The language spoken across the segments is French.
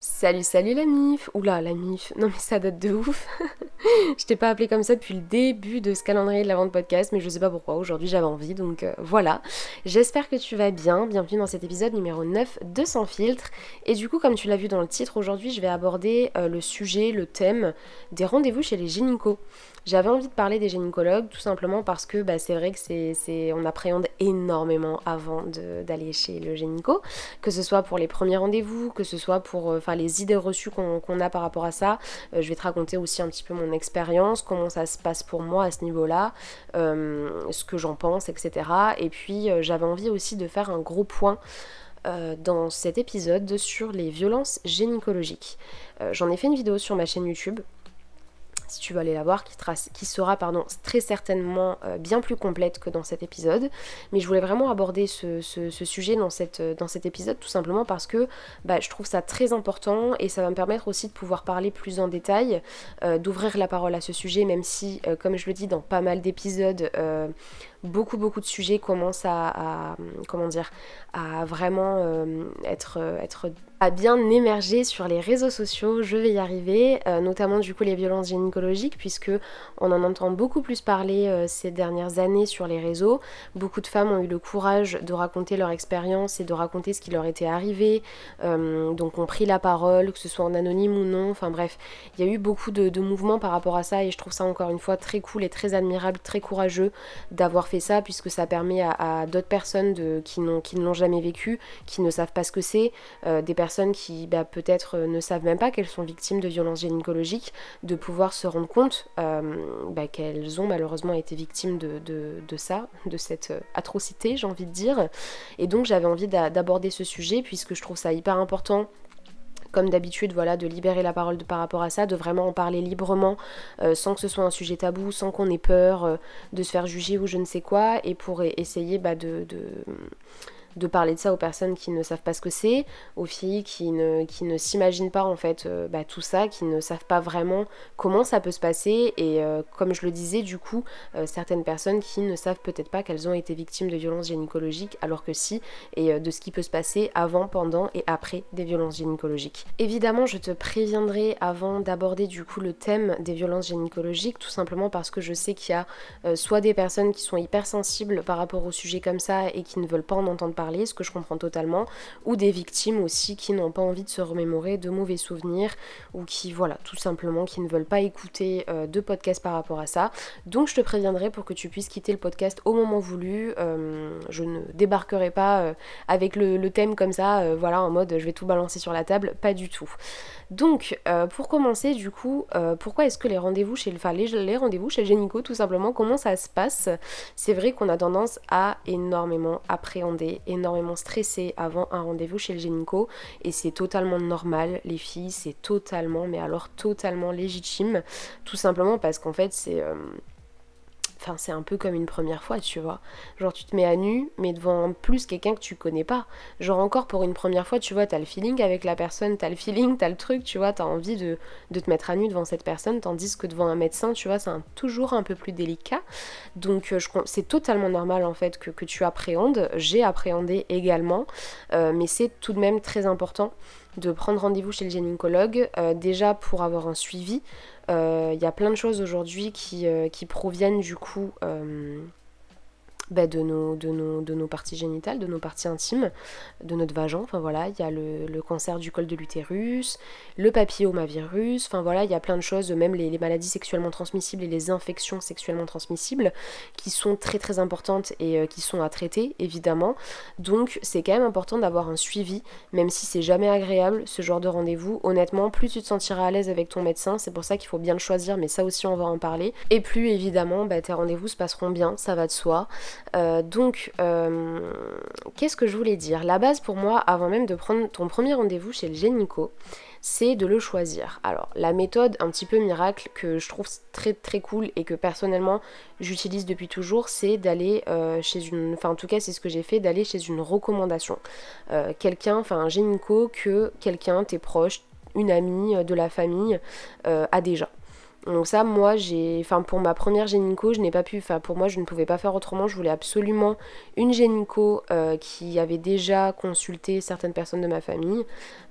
Salut la mif. Oula la mif, non mais ça date de ouf. Je t'ai pas appelé comme ça depuis le début de ce calendrier de la vente podcast, mais je sais pas pourquoi, aujourd'hui j'avais envie, donc voilà. J'espère que tu vas bien, bienvenue dans cet épisode numéro 9 de Sans Filtre. Et du coup, comme tu l'as vu dans le titre, aujourd'hui je vais aborder le thème des rendez-vous chez les gynécos. J'avais envie de parler des gynécologues tout simplement parce que c'est vrai que on appréhende énormément avant d'aller chez le gynéco, que ce soit pour les premiers rendez-vous, que ce soit pour les idées reçues qu'on a par rapport à ça. Je vais te raconter aussi un petit peu mon expérience, comment ça se passe pour moi à ce niveau-là, ce que j'en pense, etc. Et puis j'avais envie aussi de faire un gros point dans cet épisode sur les violences gynécologiques. J'en ai fait une vidéo sur ma chaîne YouTube, si tu veux aller la voir, qui sera très certainement bien plus complète que dans cet épisode. Mais je voulais vraiment aborder ce sujet dans cet épisode, tout simplement parce que je trouve ça très important et ça va me permettre aussi de pouvoir parler plus en détail, d'ouvrir la parole à ce sujet, même si, comme je le dis dans pas mal d'épisodes, beaucoup de sujets commencent à vraiment à bien émerger sur les réseaux sociaux. Je vais y arriver, notamment du coup les violences gynécologiques, puisque on en entend beaucoup plus parler ces dernières années sur les réseaux. Beaucoup de femmes ont eu le courage de raconter leur expérience et de raconter ce qui leur était arrivé, donc ont pris la parole, que ce soit en anonyme ou non, enfin bref, il y a eu beaucoup de mouvements par rapport à ça et je trouve ça encore une fois très cool et très admirable, très courageux d'avoir fait ça, puisque ça permet à d'autres personnes qui ne l'ont jamais vécu, qui ne savent pas ce que c'est, des personnes qui peut-être ne savent même pas qu'elles sont victimes de violences gynécologiques, de pouvoir se rendre compte qu'elles ont malheureusement été victimes de ça, de cette atrocité, j'ai envie de dire. Et donc j'avais envie d'aborder ce sujet, puisque je trouve ça hyper important, comme d'habitude, voilà, de libérer la parole par rapport à ça, de vraiment en parler librement, sans que ce soit un sujet tabou, sans qu'on ait peur de se faire juger ou je ne sais quoi, et pour essayer de parler de ça aux personnes qui ne savent pas ce que c'est, aux filles qui ne s'imaginent pas en fait tout ça, qui ne savent pas vraiment comment ça peut se passer, et comme je le disais du coup, certaines personnes qui ne savent peut-être pas qu'elles ont été victimes de violences gynécologiques, alors que si, et de ce qui peut se passer avant, pendant et après des violences gynécologiques. Évidemment, je te préviendrai avant d'aborder du coup le thème des violences gynécologiques, tout simplement parce que je sais qu'il y a soit des personnes qui sont hypersensibles par rapport au sujet comme ça et qui ne veulent pas en entendre parler, ce que je comprends totalement, ou des victimes aussi qui n'ont pas envie de se remémorer de mauvais souvenirs, ou qui, voilà, tout simplement, qui ne veulent pas écouter de podcast par rapport à ça. Donc je te préviendrai pour que tu puisses quitter le podcast au moment voulu. Je ne débarquerai pas avec le thème comme ça, voilà, en mode je vais tout balancer sur la table, pas du tout. Donc, pour commencer, du coup, pourquoi est-ce que les rendez-vous les rendez-vous chez le gynéco, tout simplement, comment ça se passe? C'est vrai qu'on a tendance à énormément appréhender, énormément stresser avant un rendez-vous chez le gynéco, et c'est totalement normal, les filles, c'est totalement, mais alors totalement légitime, tout simplement parce qu'en fait, c'est un peu comme une première fois, tu vois. Genre, tu te mets à nu, mais devant en plus quelqu'un que tu connais pas. Genre, encore pour une première fois, tu vois, t'as le feeling avec la personne, t'as le feeling, t'as le truc, tu vois, t'as envie de te mettre à nu devant cette personne, tandis que devant un médecin, tu vois, toujours un peu plus délicat. Donc, c'est totalement normal, en fait, que tu appréhendes. J'ai appréhendé également, mais c'est tout de même très important de prendre rendez-vous chez le gynécologue, déjà pour avoir un suivi. Y a plein de choses aujourd'hui qui proviennent du coup de nos parties génitales, de nos parties intimes, de notre vagin, enfin voilà, il y a le cancer du col de l'utérus, le papillomavirus, enfin voilà, il y a plein de choses, même les maladies sexuellement transmissibles et les infections sexuellement transmissibles qui sont très très importantes et qui sont à traiter, évidemment. Donc c'est quand même important d'avoir un suivi, même si c'est jamais agréable ce genre de rendez-vous. Honnêtement, plus tu te sentiras à l'aise avec ton médecin, c'est pour ça qu'il faut bien le choisir, mais ça aussi on va en parler, et plus évidemment tes rendez-vous se passeront bien, ça va de soi. Qu'est-ce que je voulais dire? La base pour moi, avant même de prendre ton premier rendez-vous chez le gynéco, c'est de le choisir. Alors, la méthode un petit peu miracle que je trouve très très cool et que personnellement j'utilise depuis toujours, c'est d'aller en tout cas c'est ce que j'ai fait, d'aller chez une recommandation. Un gynéco que quelqu'un, tes proches, une amie de la famille a déjà. Donc ça, moi, pour ma première gynéco, je n'ai pas pu, pour moi, je ne pouvais pas faire autrement. Je voulais absolument une gynéco qui avait déjà consulté certaines personnes de ma famille,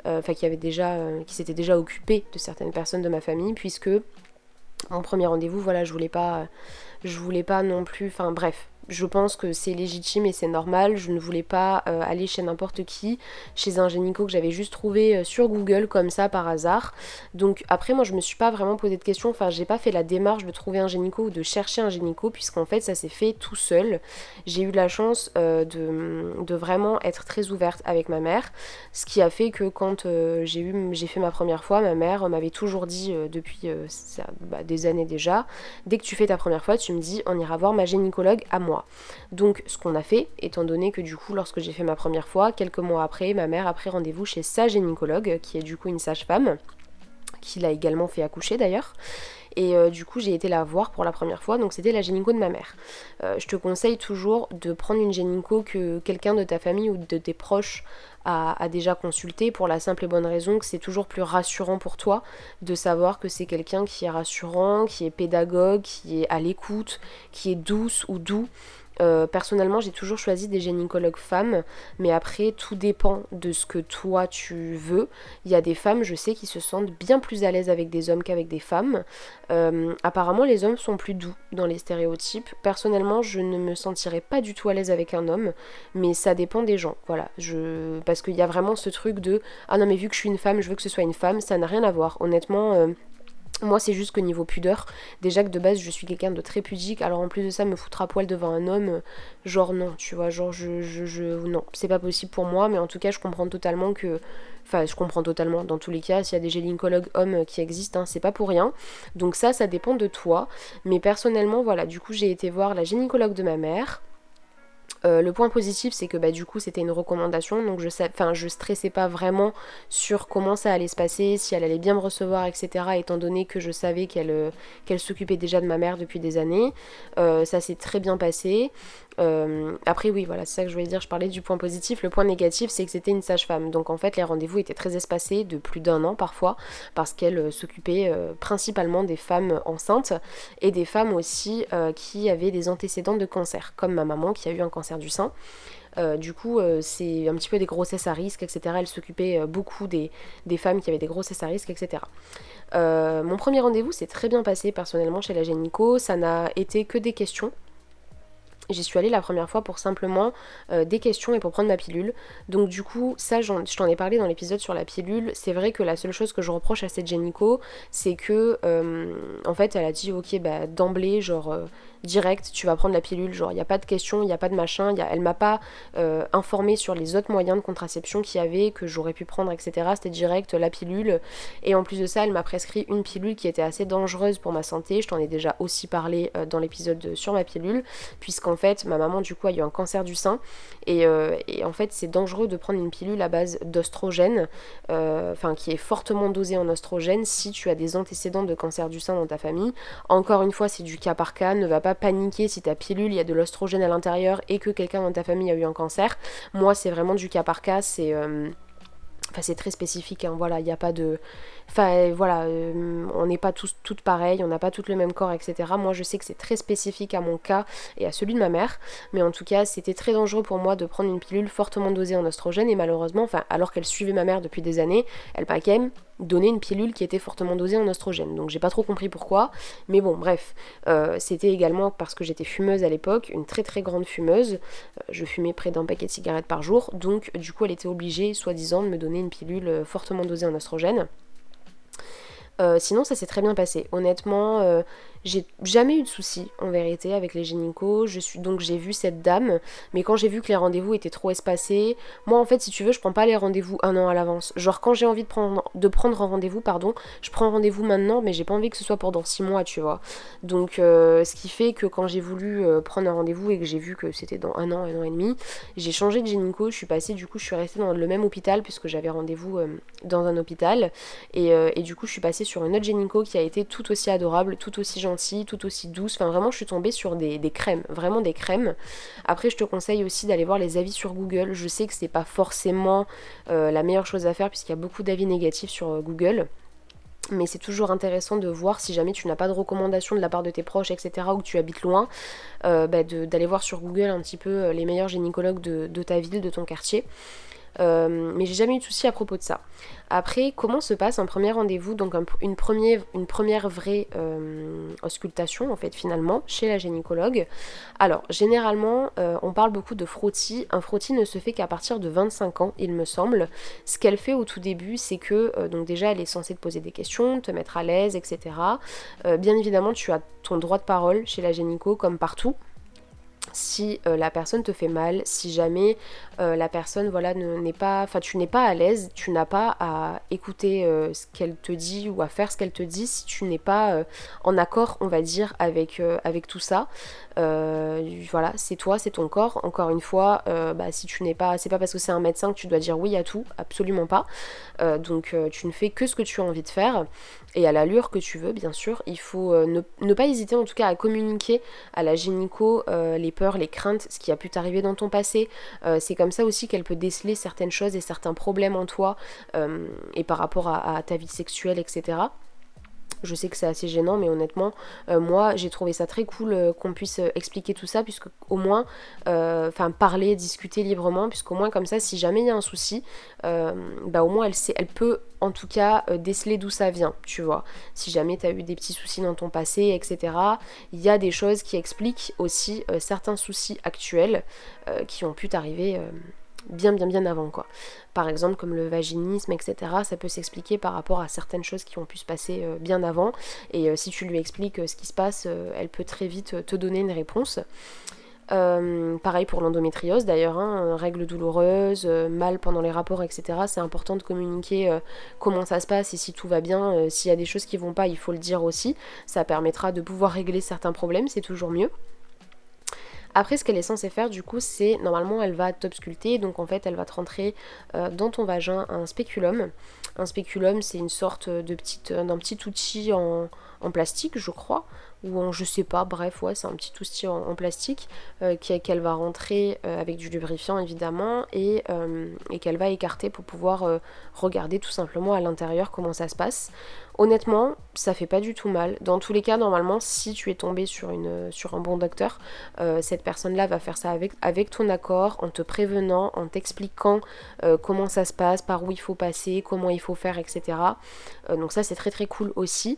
qui s'était déjà occupée de certaines personnes de ma famille, puisque mon premier rendez-vous, voilà, je voulais pas non plus, enfin bref. Je pense que c'est légitime et c'est normal. Je ne voulais pas aller chez n'importe qui, chez un gynéco que j'avais juste trouvé sur Google comme ça par hasard. Donc après moi je me suis pas vraiment posé de questions, enfin j'ai pas fait la démarche de trouver un gynéco ou de chercher un gynéco puisqu'en fait ça s'est fait tout seul. J'ai eu la chance de vraiment être très ouverte avec ma mère, ce qui a fait que quand j'ai fait ma première fois, ma mère m'avait toujours dit depuis des années déjà, dès que tu fais ta première fois tu me dis on ira voir ma gynécologue à moi. Donc ce qu'on a fait, étant donné que du coup lorsque j'ai fait ma première fois, quelques mois après, ma mère a pris rendez-vous chez sa gynécologue, qui est du coup une sage-femme, qui l'a également fait accoucher d'ailleurs. Et du coup j'ai été la voir pour la première fois, donc c'était la gynéco de ma mère. Je te conseille toujours de prendre une gynéco que quelqu'un de ta famille ou de tes proches a déjà consulté, pour la simple et bonne raison que c'est toujours plus rassurant pour toi de savoir que c'est quelqu'un qui est rassurant, qui est pédagogue, qui est à l'écoute, qui est douce ou doux. Personnellement j'ai toujours choisi des gynécologues femmes, mais après tout dépend de ce que toi tu veux. Il y a des femmes, je sais, qui se sentent bien plus à l'aise avec des hommes qu'avec des femmes. Apparemment les hommes sont plus doux dans les stéréotypes. Personnellement je ne me sentirais pas du tout à l'aise avec un homme, mais ça dépend des gens, voilà. Parce qu'il y a vraiment ce truc de ah non mais vu que je suis une femme je veux que ce soit une femme, ça n'a rien à voir honnêtement. Moi c'est juste que niveau pudeur, déjà que de base je suis quelqu'un de très pudique, alors en plus de ça me foutre à poil devant un homme, genre non, tu vois, genre non, c'est pas possible pour moi, mais en tout cas je comprends totalement dans tous les cas, s'il y a des gynécologues hommes qui existent, hein, c'est pas pour rien, donc ça dépend de toi, mais personnellement voilà, du coup j'ai été voir la gynécologue de ma mère. Le point positif c'est que du coup c'était une recommandation, donc je stressais pas vraiment sur comment ça allait se passer, si elle allait bien me recevoir, etc. étant donné que je savais qu'elle s'occupait déjà de ma mère depuis des années. Ça s'est très bien passé. Après oui voilà, c'est ça que je voulais dire, je parlais du point positif. Le point négatif c'est que c'était une sage-femme, donc en fait les rendez-vous étaient très espacés, de plus d'un an parfois, parce qu'elle s'occupait principalement des femmes enceintes et des femmes aussi qui avaient des antécédents de cancer, comme ma maman qui a eu un cancer du sein. Du coup c'est un petit peu des grossesses à risque, etc. Elle s'occupait beaucoup des femmes qui avaient des grossesses à risque, etc. Mon premier rendez-vous s'est très bien passé personnellement chez la gynéco, ça n'a été que des questions. J'y suis allée la première fois pour simplement des questions et pour prendre ma pilule. Donc du coup, ça je t'en ai parlé dans l'épisode sur la pilule. C'est vrai que la seule chose que je reproche à cette gynéco, c'est que en fait elle a dit ok d'emblée genre direct tu vas prendre la pilule, genre il n'y a pas de question, il n'y a pas de machin, elle m'a pas informée sur les autres moyens de contraception qu'il y avait, que j'aurais pu prendre, etc. C'était direct la pilule, et en plus de ça elle m'a prescrit une pilule qui était assez dangereuse pour ma santé. Je t'en ai déjà aussi parlé dans l'épisode sur ma pilule, puisqu'en fait ma maman du coup a eu un cancer du sein, et en fait c'est dangereux de prendre une pilule à base d'oestrogène, qui est fortement dosée en oestrogène si tu as des antécédents de cancer du sein dans ta famille. Encore une fois c'est du cas par cas, ne va pas paniquer si ta pilule il y a de l'oestrogène à l'intérieur et que quelqu'un dans ta famille a eu un cancer. Moi c'est vraiment du cas par cas, c'est très spécifique, hein, voilà, il n'y a pas de... on n'est pas tous toutes pareilles, on n'a pas toutes le même corps, etc. Moi je sais que c'est très spécifique à mon cas et à celui de ma mère, mais en tout cas c'était très dangereux pour moi de prendre une pilule fortement dosée en oestrogène, et malheureusement, alors qu'elle suivait ma mère depuis des années, elle m'a quand même donné une pilule qui était fortement dosée en oestrogène. Donc j'ai pas trop compris pourquoi, mais bon bref, c'était également parce que j'étais fumeuse à l'époque, une très très grande fumeuse, je fumais près d'un paquet de cigarettes par jour, donc du coup elle était obligée soi-disant de me donner une pilule fortement dosée en oestrogène. Sinon ça s'est très bien passé, honnêtement, j'ai jamais eu de soucis en vérité avec les gynécos. Donc j'ai vu cette dame, mais quand j'ai vu que les rendez-vous étaient trop espacés, moi en fait si tu veux je prends pas les rendez-vous un an à l'avance, genre quand j'ai envie de prendre un rendez-vous, je prends rendez-vous maintenant, mais j'ai pas envie que ce soit pour dans 6 mois, tu vois. Donc ce qui fait que quand j'ai voulu prendre un rendez-vous et que j'ai vu que c'était dans un an et demi, j'ai changé de gynéco, je suis restée dans le même hôpital puisque j'avais rendez-vous dans un hôpital, et du coup je suis passée sur une autre gynéco qui a été tout aussi adorable, tout aussi gentille, tout aussi douce, vraiment je suis tombée sur des crèmes, vraiment des crèmes. Après je te conseille aussi d'aller voir les avis sur Google. Je sais que c'est pas forcément la meilleure chose à faire puisqu'il y a beaucoup d'avis négatifs sur Google, Mais c'est toujours intéressant de voir si jamais tu n'as pas de recommandations de la part de tes proches, etc., ou que tu habites loin, d'aller voir sur Google un petit peu les meilleurs gynécologues de ta ville, de ton quartier. Mais j'ai jamais eu de soucis à propos de ça. Après, comment se passe un premier rendez-vous, donc une première vraie auscultation en fait finalement chez la gynécologue. Alors généralement on parle beaucoup de frottis. Un frottis ne se fait qu'à partir de 25 ans il me semble. Ce qu'elle fait au tout début c'est que donc déjà elle est censée te poser des questions, te mettre à l'aise, etc. Bien évidemment tu as ton droit de parole chez la gynéco comme partout. Si la personne te fait mal, si jamais la personne voilà n'est pas, enfin tu n'es pas à l'aise, tu n'as pas à écouter ce qu'elle te dit ou à faire ce qu'elle te dit si tu n'es pas en accord on va dire avec tout ça. Voilà, c'est toi, c'est ton corps. Encore une fois, si tu n'es pas, c'est pas parce que c'est un médecin que tu dois dire oui à tout, absolument pas. Donc tu ne fais que ce que tu as envie de faire et à l'allure que tu veux bien sûr. Il faut ne pas hésiter en tout cas à communiquer à la gynéco les peurs, les craintes, ce qui a pu t'arriver dans ton passé. C'est comme ça aussi qu'elle peut déceler certaines choses et certains problèmes en toi et par rapport à ta vie sexuelle, etc. Je sais que c'est assez gênant, mais honnêtement, moi j'ai trouvé ça très cool qu'on puisse expliquer tout ça, puisque au moins, parler, discuter librement, puisqu'au moins comme ça, si jamais il y a un souci, au moins elle peut en tout cas déceler d'où ça vient, tu vois. Si jamais tu as eu des petits soucis dans ton passé, etc., il y a des choses qui expliquent aussi certains soucis actuels qui ont pu t'arriver bien avant quoi. Par exemple comme le vaginisme, etc. Ça peut s'expliquer par rapport à certaines choses qui ont pu se passer bien avant, et si tu lui expliques ce qui se passe, elle peut très vite te donner une réponse. Pareil pour l'endométriose d'ailleurs, règles douloureuses, mal pendant les rapports, etc. C'est important de communiquer comment ça se passe et si tout va bien. S'il y a des choses qui vont pas, il faut le dire aussi. Ça permettra de pouvoir régler certains problèmes, c'est toujours mieux. Après, ce qu'elle est censée faire du coup, c'est normalement elle va t'ausculter, donc en fait elle va te rentrer dans ton vagin un spéculum. Un spéculum, c'est une sorte d'un petit outil en plastique, je crois, ou en je sais pas, bref, ouais, c'est un petit outil en plastique qu'elle va rentrer avec du lubrifiant évidemment et qu'elle va écarter pour pouvoir regarder tout simplement à l'intérieur comment ça se passe. Honnêtement, ça fait pas du tout mal. Dans tous les cas, normalement, si tu es tombé sur un bon docteur, cette personne-là va faire ça avec ton accord, en te prévenant, en t'expliquant comment ça se passe, par où il faut passer, comment il faut faire, etc. Donc ça, c'est très très cool aussi.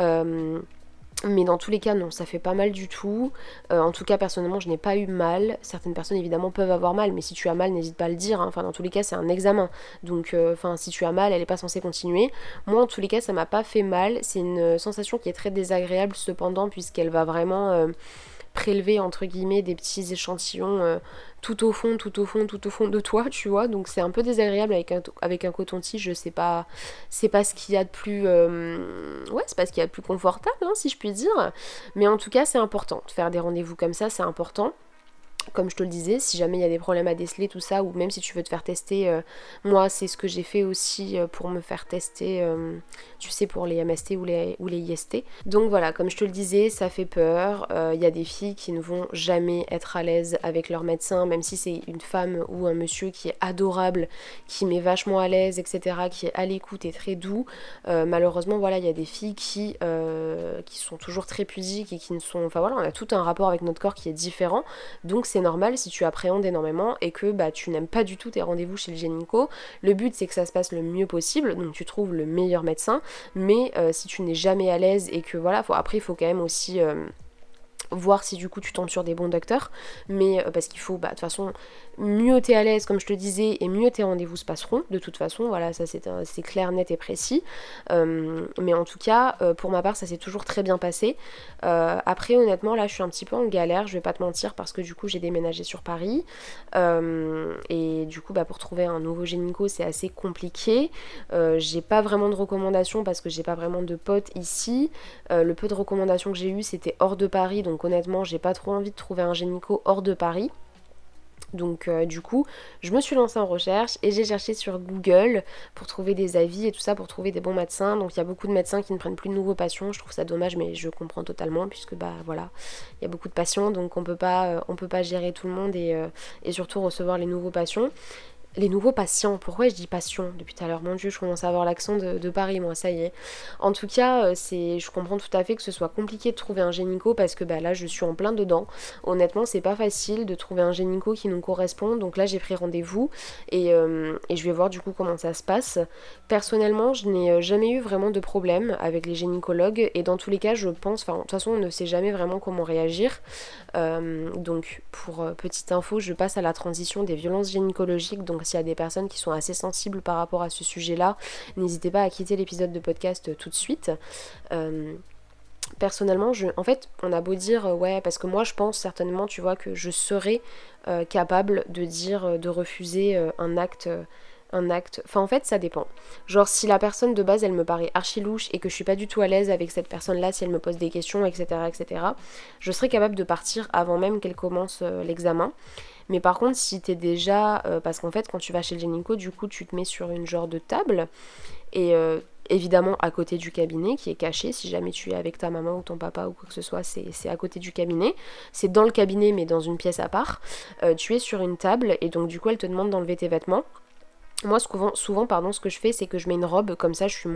Mais dans tous les cas non, ça fait pas mal du tout. En tout cas personnellement je n'ai pas eu mal. Certaines personnes évidemment peuvent avoir mal, mais si tu as mal n'hésite pas à le dire, Enfin dans tous les cas c'est un examen. Donc si tu as mal elle n'est pas censée continuer. Moi en tous les cas ça m'a pas fait mal. C'est une sensation qui est très désagréable cependant, puisqu'elle va vraiment prélever entre guillemets des petits échantillons tout au fond de toi, tu vois. Donc c'est un peu désagréable avec un coton-tige. C'est pas ce qu'il y a de plus c'est pas ce qu'il y a de plus confortable, si je puis dire. Mais en tout cas c'est important de faire des rendez-vous comme ça, c'est important. Comme je te le disais, si jamais il y a des problèmes à déceler, tout ça, ou même si tu veux te faire tester, moi c'est ce que j'ai fait aussi pour me faire tester, tu sais, pour les MST ou les IST. Donc voilà, comme je te le disais, ça fait peur. Il y a des filles qui ne vont jamais être à l'aise avec leur médecin, même si c'est une femme ou un monsieur qui est adorable, qui met vachement à l'aise, etc., qui est à l'écoute et très doux. Malheureusement, voilà, il y a des filles qui sont toujours très pudiques et qui ne sont... Enfin voilà, on a tout un rapport avec notre corps qui est différent. Donc c'est normal si tu appréhendes énormément et que tu n'aimes pas du tout tes rendez-vous chez le gynéco. Le but c'est que ça se passe le mieux possible, donc tu trouves le meilleur médecin, mais si tu n'es jamais à l'aise et que voilà, après il faut quand même aussi voir si du coup tu tombes sur des bons docteurs, mais parce qu'il faut, de toute façon, mieux t'es à l'aise comme je te disais et mieux tes rendez-vous se passeront, de toute façon, voilà, ça c'est clair, net et précis. Mais en tout cas pour ma part ça s'est toujours très bien passé. Après honnêtement là je suis un petit peu en galère, je vais pas te mentir, parce que du coup j'ai déménagé sur Paris et du coup pour trouver un nouveau gynéco c'est assez compliqué. J'ai pas vraiment de recommandations parce que j'ai pas vraiment de potes ici. Le peu de recommandations que j'ai eu c'était hors de Paris, donc honnêtement j'ai pas trop envie de trouver un gynéco hors de Paris. Donc du coup je me suis lancée en recherche et j'ai cherché sur Google pour trouver des avis et tout ça, pour trouver des bons médecins. Donc il y a beaucoup de médecins qui ne prennent plus de nouveaux patients, je trouve ça dommage, mais je comprends totalement, puisque voilà, il y a beaucoup de patients, donc on peut pas gérer tout le monde et surtout recevoir les nouveaux patients. Les nouveaux patients, pourquoi je dis patient depuis tout à l'heure? Mon Dieu, je commence à avoir l'accent de Paris, moi, ça y est. En tout cas, je comprends tout à fait que ce soit compliqué de trouver un gynéco parce que là, je suis en plein dedans. Honnêtement, c'est pas facile de trouver un gynéco qui nous correspond. Donc là, j'ai pris rendez-vous et je vais voir du coup comment ça se passe. Personnellement, je n'ai jamais eu vraiment de problème avec les gynécologues et dans tous les cas, je pense, de toute façon, on ne sait jamais vraiment comment réagir. Donc, pour petite info, je passe à la transition des violences gynécologiques. Donc, s'il y a des personnes qui sont assez sensibles par rapport à ce sujet-là, n'hésitez pas à quitter l'épisode de podcast tout de suite. Personnellement, en fait, on a beau dire ouais, parce que moi je pense certainement, tu vois, que je serais capable de dire, de refuser un acte. Enfin, en fait, ça dépend. Genre, si la personne de base elle me paraît archi louche et que je suis pas du tout à l'aise avec cette personne-là, si elle me pose des questions, etc., je serais capable de partir avant même qu'elle commence l'examen. Mais par contre, si t'es déjà. Parce qu'en fait, quand tu vas chez le gynéco, du coup, tu te mets sur une genre de table. Et évidemment, à côté du cabinet, qui est caché, si jamais tu es avec ta maman ou ton papa ou quoi que ce soit, c'est à côté du cabinet. C'est dans le cabinet, mais dans une pièce à part. Tu es sur une table, et donc du coup, elle te demande d'enlever tes vêtements. Moi, souvent, ce que je fais, c'est que je mets une robe, comme ça, je suis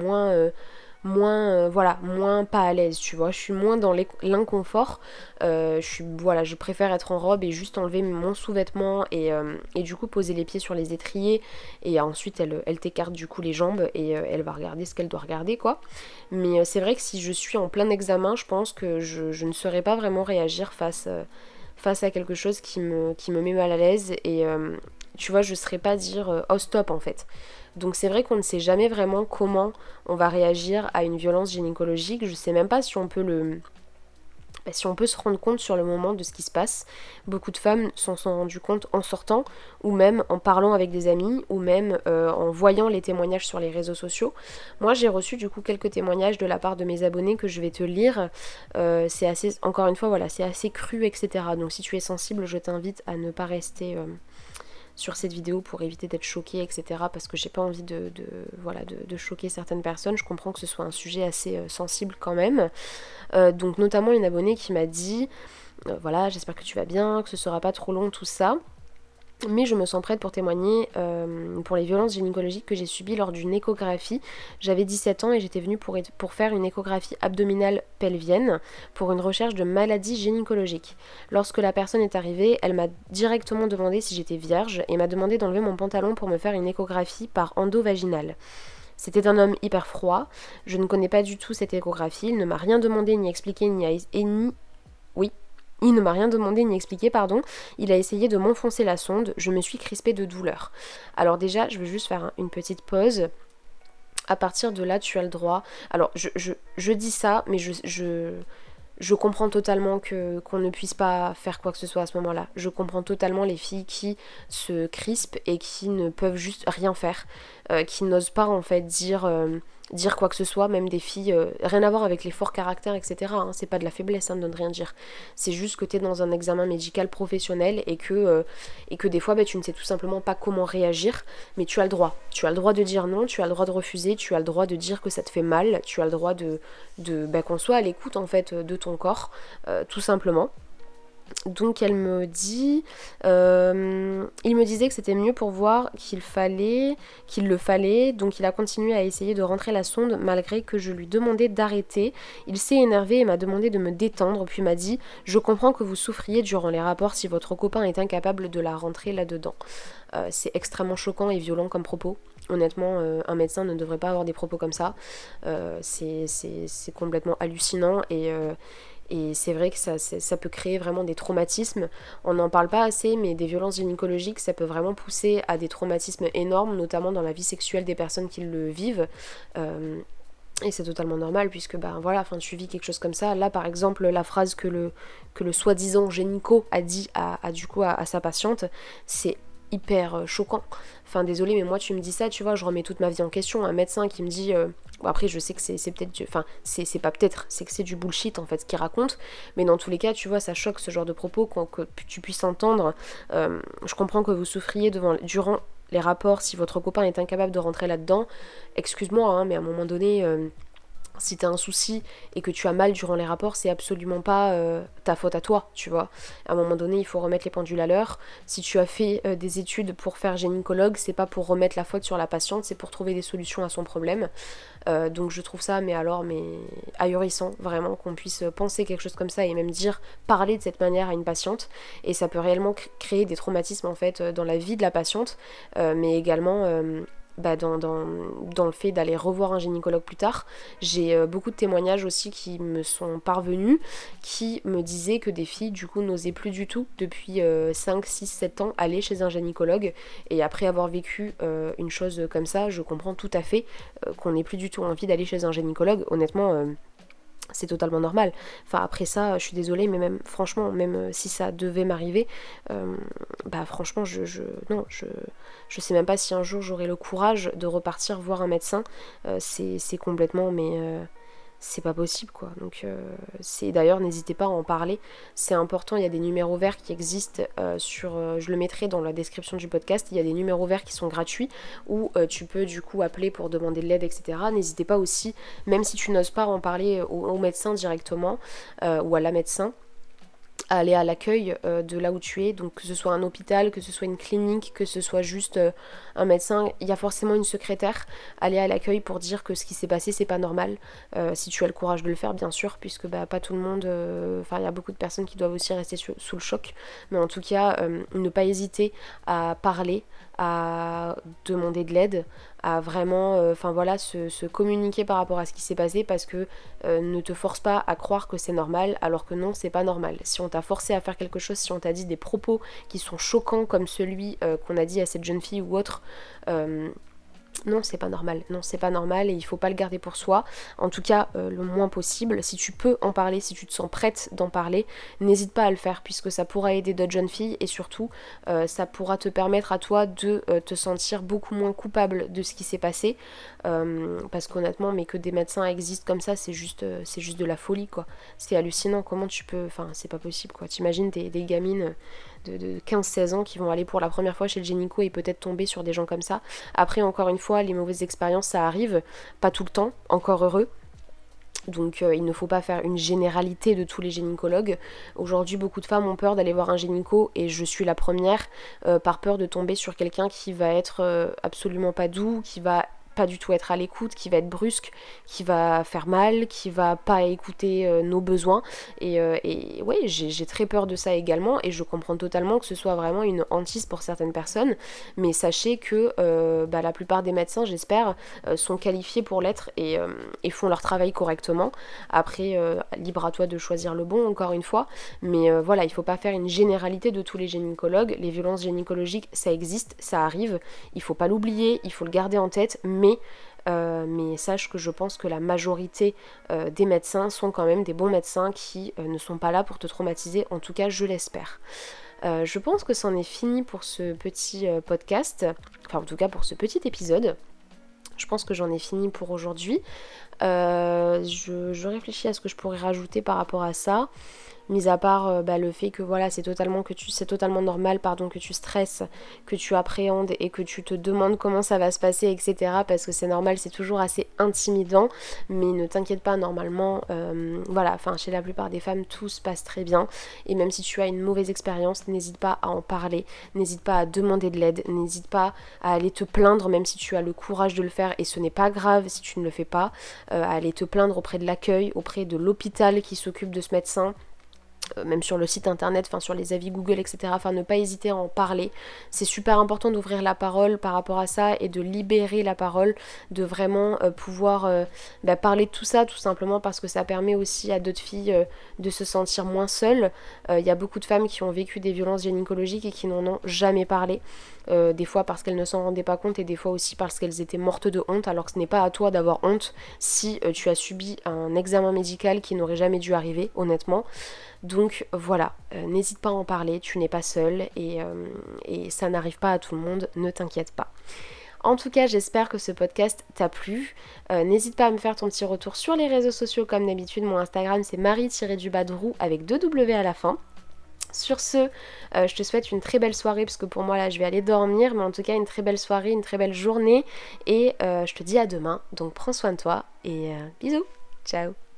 moins pas à l'aise, tu vois, je suis moins dans l'inconfort, je préfère être en robe et juste enlever mon sous-vêtement et du coup poser les pieds sur les étriers et ensuite elle t'écarte du coup les jambes et elle va regarder ce qu'elle doit regarder quoi. Mais c'est vrai que si je suis en plein examen, je pense que je ne saurais pas vraiment réagir face à quelque chose qui me met mal à l'aise et tu vois, je ne saurais pas dire oh stop en fait. Donc c'est vrai qu'on ne sait jamais vraiment comment on va réagir à une violence gynécologique. Je sais même pas si on peut se rendre compte sur le moment de ce qui se passe. Beaucoup de femmes s'en sont rendues compte en sortant, ou même en parlant avec des amis, ou même en voyant les témoignages sur les réseaux sociaux. Moi j'ai reçu du coup quelques témoignages de la part de mes abonnés que je vais te lire. C'est assez, encore une fois, voilà, c'est assez cru, etc. Donc si tu es sensible, je t'invite à ne pas rester sur cette vidéo pour éviter d'être choquée, etc. Parce que j'ai pas envie de choquer certaines personnes. Je comprends que ce soit un sujet assez sensible quand même. Donc notamment une abonnée qui m'a dit voilà, j'espère que tu vas bien, que ce sera pas trop long tout ça. Mais je me sens prête pour témoigner pour les violences gynécologiques que j'ai subies lors d'une échographie. J'avais 17 ans et j'étais venue pour faire une échographie abdominale pelvienne pour une recherche de maladies gynécologiques. Lorsque la personne est arrivée, elle m'a directement demandé si j'étais vierge et m'a demandé d'enlever mon pantalon pour me faire une échographie par endovaginale. C'était un homme hyper froid, je ne connais pas du tout cette échographie, il ne m'a rien demandé ni expliqué il ne m'a rien demandé ni expliqué, pardon. Il a essayé de m'enfoncer la sonde. Je me suis crispée de douleur. Alors déjà, je veux juste faire une petite pause. À partir de là, tu as le droit. Alors, je dis ça, mais je comprends totalement qu'on ne puisse pas faire quoi que ce soit à ce moment-là. Je comprends totalement les filles qui se crispent et qui ne peuvent juste rien faire. Qui n'osent pas en fait dire quoi que ce soit, même des filles, rien à voir avec les forts caractères, etc. Hein, c'est pas de la faiblesse de ne rien dire. C'est juste que t'es dans un examen médical professionnel et que des fois tu ne sais tout simplement pas comment réagir, mais tu as le droit. Tu as le droit de dire non, tu as le droit de refuser, tu as le droit de dire que ça te fait mal, tu as le droit qu'on soit à l'écoute en fait de ton corps, tout simplement. Donc elle me dit, il me disait que c'était mieux pour voir qu'il le fallait, donc il a continué à essayer de rentrer la sonde malgré que je lui demandais d'arrêter. Il s'est énervé et m'a demandé de me détendre, puis m'a dit « Je comprends que vous souffriez durant les rapports si votre copain est incapable de la rentrer là-dedans. » C'est extrêmement choquant et violent comme propos. Honnêtement, un médecin ne devrait pas avoir des propos comme ça. C'est complètement hallucinant et c'est vrai que ça peut créer vraiment des traumatismes. On n'en parle pas assez, mais des violences gynécologiques, ça peut vraiment pousser à des traumatismes énormes, notamment dans la vie sexuelle des personnes qui le vivent. Et c'est totalement normal puisque tu vis quelque chose comme ça. Là par exemple la phrase que le soi-disant gynéco a dit à sa patiente, c'est hyper choquant. Enfin désolé mais moi tu me dis ça, tu vois, je remets toute ma vie en question. Un médecin qui me dit après je sais que c'est peut-être, enfin c'est pas peut-être, c'est que c'est du bullshit en fait ce qu'il raconte, mais dans tous les cas tu vois ça choque ce genre de propos que tu puisses entendre. Je comprends que vous souffriez durant les rapports si votre copain est incapable de rentrer là-dedans. Excuse-moi hein, mais à un moment donné Si t'as un souci et que tu as mal durant les rapports, c'est absolument pas ta faute à toi, tu vois. À un moment donné, il faut remettre les pendules à l'heure. Si tu as fait des études pour faire gynécologue, c'est pas pour remettre la faute sur la patiente, c'est pour trouver des solutions à son problème. Donc je trouve ça, mais ahurissant, vraiment, qu'on puisse penser quelque chose comme ça et même parler de cette manière à une patiente. Et ça peut réellement créer des traumatismes, en fait, dans la vie de la patiente, mais également... dans le fait d'aller revoir un gynécologue plus tard. J'ai beaucoup de témoignages aussi qui me sont parvenus, qui me disaient que des filles du coup n'osaient plus du tout depuis 5, 6, 7 ans aller chez un gynécologue, et après avoir vécu une chose comme ça, je comprends tout à fait qu'on n'ait plus du tout envie d'aller chez un gynécologue. Honnêtement, c'est totalement normal. Enfin, après ça, je suis désolée, mais même franchement, même si ça devait m'arriver, franchement, non, je sais même pas si un jour j'aurai le courage de repartir voir un médecin. C'est complètement, c'est pas possible, quoi. Donc d'ailleurs, n'hésitez pas à en parler, c'est important. Il y a des numéros verts qui existent je le mettrai dans la description du podcast. Il y a des numéros verts qui sont gratuits où tu peux du coup appeler pour demander de l'aide, etc. N'hésitez pas aussi, même si tu n'oses pas en parler au médecin directement ou à la médecin, à aller à l'accueil de là où tu es, donc que ce soit un hôpital, que ce soit une clinique, que ce soit juste un médecin, il y a forcément une secrétaire. Aller à l'accueil pour dire que ce qui s'est passé c'est pas normal, si tu as le courage de le faire, bien sûr, puisque pas tout le monde, il y a beaucoup de personnes qui doivent aussi rester sous le choc, mais en tout cas ne pas hésiter à parler, à demander de l'aide, à vraiment se communiquer par rapport à ce qui s'est passé, parce que ne te force pas à croire que c'est normal alors que non, c'est pas normal. Si on t'a forcé à faire quelque chose, si on t'a dit des propos qui sont choquants comme celui qu'on a dit à cette jeune fille ou autre, non, c'est pas normal. Non, c'est pas normal et il faut pas le garder pour soi. En tout cas, le moins possible. Si tu peux en parler, si tu te sens prête d'en parler, n'hésite pas à le faire, puisque ça pourra aider d'autres jeunes filles et surtout, ça pourra te permettre à toi de te sentir beaucoup moins coupable de ce qui s'est passé. Parce qu'honnêtement, mais que des médecins existent comme ça, c'est juste de la folie, quoi. C'est hallucinant. Comment tu peux... Enfin, c'est pas possible, quoi. T'imagines des gamines de 15-16 ans qui vont aller pour la première fois chez le gynéco et peut-être tomber sur des gens comme ça. Après, encore une fois, les mauvaises expériences, ça arrive, pas tout le temps, encore heureux. Donc il ne faut pas faire une généralité de tous les gynécologues. Aujourd'hui, beaucoup de femmes ont peur d'aller voir un gynéco, et je suis la première, par peur de tomber sur quelqu'un qui va être absolument pas doux, qui va pas du tout être à l'écoute, qui va être brusque, qui va faire mal, qui va pas écouter nos besoins, et ouais, j'ai très peur de ça également, et je comprends totalement que ce soit vraiment une hantise pour certaines personnes, mais sachez que la plupart des médecins, j'espère, sont qualifiés pour l'être, et font leur travail correctement. Après, libre à toi de choisir le bon, encore une fois, mais voilà, il faut pas faire une généralité de tous les gynécologues. Les violences gynécologiques, ça existe, ça arrive, il faut pas l'oublier, il faut le garder en tête, mais sache que je pense que la majorité des médecins sont quand même des bons médecins qui ne sont pas là pour te traumatiser, en tout cas je l'espère. Je pense que c'en est fini pour ce petit podcast, enfin en tout cas pour ce petit épisode. Je pense que j'en ai fini pour aujourd'hui. Je réfléchis à ce que je pourrais rajouter par rapport à ça. Mis à part le fait que voilà, c'est totalement normal que tu stresses, que tu appréhendes et que tu te demandes comment ça va se passer, etc. Parce que c'est normal, c'est toujours assez intimidant, mais ne t'inquiète pas, normalement, chez la plupart des femmes, tout se passe très bien. Et même si tu as une mauvaise expérience, n'hésite pas à en parler, n'hésite pas à demander de l'aide, n'hésite pas à aller te plaindre, même si tu as le courage de le faire, et ce n'est pas grave si tu ne le fais pas, à aller te plaindre auprès de l'accueil, auprès de l'hôpital qui s'occupe de ce médecin, même sur le site internet, sur les avis Google, etc. Ne pas hésiter à en parler. C'est super important d'ouvrir la parole par rapport à ça et de libérer la parole, de vraiment pouvoir parler de tout ça, tout simplement parce que ça permet aussi à d'autres filles de se sentir moins seules. Il y a beaucoup de femmes qui ont vécu des violences gynécologiques et qui n'en ont jamais parlé. Des fois parce qu'elles ne s'en rendaient pas compte, et des fois aussi parce qu'elles étaient mortes de honte, alors que ce n'est pas à toi d'avoir honte si tu as subi un examen médical qui n'aurait jamais dû arriver, honnêtement. Donc voilà, n'hésite pas à en parler, tu n'es pas seule, et ça n'arrive pas à tout le monde, ne t'inquiète pas. En tout cas, j'espère que ce podcast t'a plu. N'hésite pas à me faire ton petit retour sur les réseaux sociaux comme d'habitude. Mon Instagram c'est marie-drou avec 2 W à la fin. Sur ce, je te souhaite une très belle soirée, parce que pour moi là je vais aller dormir, mais en tout cas une très belle soirée, une très belle journée, et je te dis à demain. Donc prends soin de toi et bisous. Ciao.